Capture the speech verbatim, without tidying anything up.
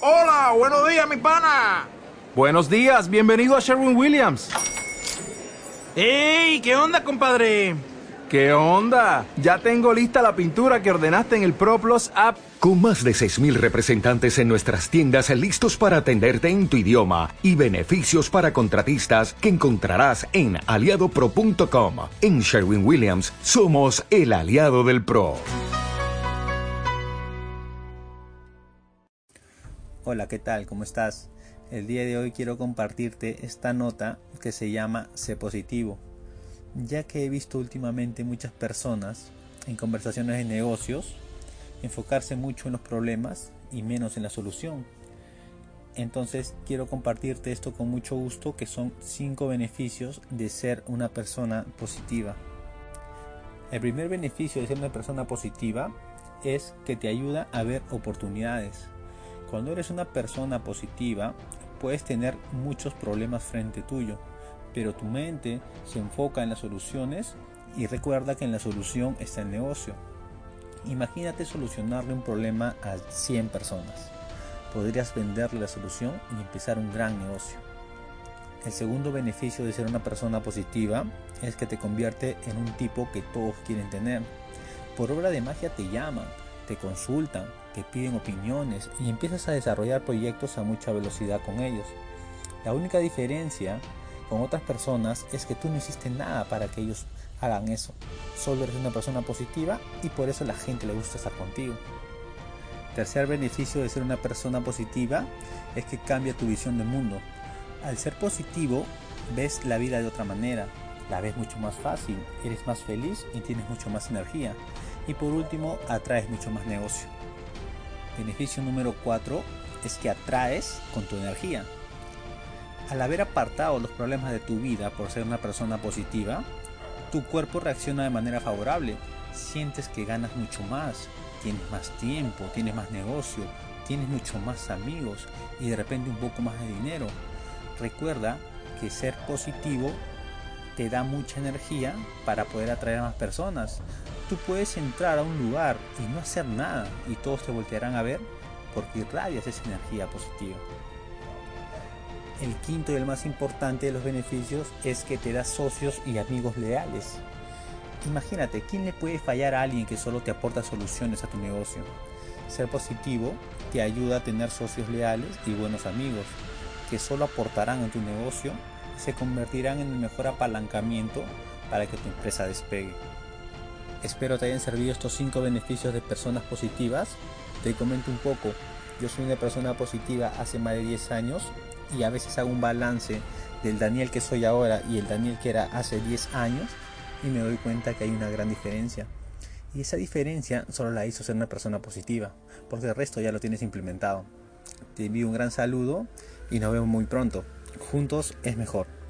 Hola, buenos días, mi pana. Buenos días, bienvenido a Sherwin-Williams. ¡Ey! ¿Qué onda, compadre? ¿Qué onda? Ya tengo lista la pintura que ordenaste en el ProPlus app. Con más de seis mil representantes en nuestras tiendas listos para atenderte en tu idioma y beneficios para contratistas que encontrarás en aliado pro punto com. En Sherwin-Williams somos el aliado del pro. Hola, ¿qué tal? ¿Cómo estás? El día de hoy quiero compartirte esta nota que se llama Sé positivo, ya que he visto últimamente muchas personas en conversaciones de negocios enfocarse mucho en los problemas y menos en la solución. Entonces quiero compartirte esto con mucho gusto, que son cinco beneficios de ser una persona positiva. El primer beneficio de ser una persona positiva es que te ayuda a ver oportunidades. Cuando eres una persona positiva, puedes tener muchos problemas frente tuyo, pero tu mente se enfoca en las soluciones y recuerda que en la solución está el negocio. Imagínate solucionarle un problema a cien personas. Podrías venderle la solución y empezar un gran negocio. El segundo beneficio de ser una persona positiva es que te convierte en un tipo que todos quieren tener. Por obra de magia te llaman, te consultan, te piden opiniones y empiezas a desarrollar proyectos a mucha velocidad con ellos. La única diferencia con otras personas es que tú no hiciste nada para que ellos hagan eso. Solo eres una persona positiva y por eso a la gente le gusta estar contigo. Tercer beneficio de ser una persona positiva es que cambia tu visión del mundo. Al ser positivo, ves la vida de otra manera, la ves mucho más fácil, eres más feliz y tienes mucho más energía. Y por último, atraes mucho más negocio. Beneficio número cuatro es que atraes con tu energía. Al haber apartado los problemas de tu vida por ser una persona positiva, tu cuerpo reacciona de manera favorable. Sientes que ganas mucho más, tienes más tiempo, tienes más negocio, tienes mucho más amigos y de repente un poco más de dinero. Recuerda que ser positivo te da mucha energía para poder atraer a más personas. Tú puedes entrar a un lugar y no hacer nada y todos te voltearán a ver porque irradias esa energía positiva. El quinto y el más importante de los beneficios es que te da socios y amigos leales. Imagínate, ¿quién le puede fallar a alguien que solo te aporta soluciones a tu negocio? Ser positivo te ayuda a tener socios leales y buenos amigos que solo aportarán en tu negocio y se convertirán en el mejor apalancamiento para que tu empresa despegue. Espero te hayan servido estos cinco beneficios de personas positivas. Te comento un poco. Yo soy una persona positiva hace más de diez años y a veces hago un balance del Daniel que soy ahora y el Daniel que era hace diez años y me doy cuenta que hay una gran diferencia. Y esa diferencia solo la hizo ser una persona positiva, porque el resto ya lo tienes implementado. Te envío un gran saludo y nos vemos muy pronto. Juntos es mejor.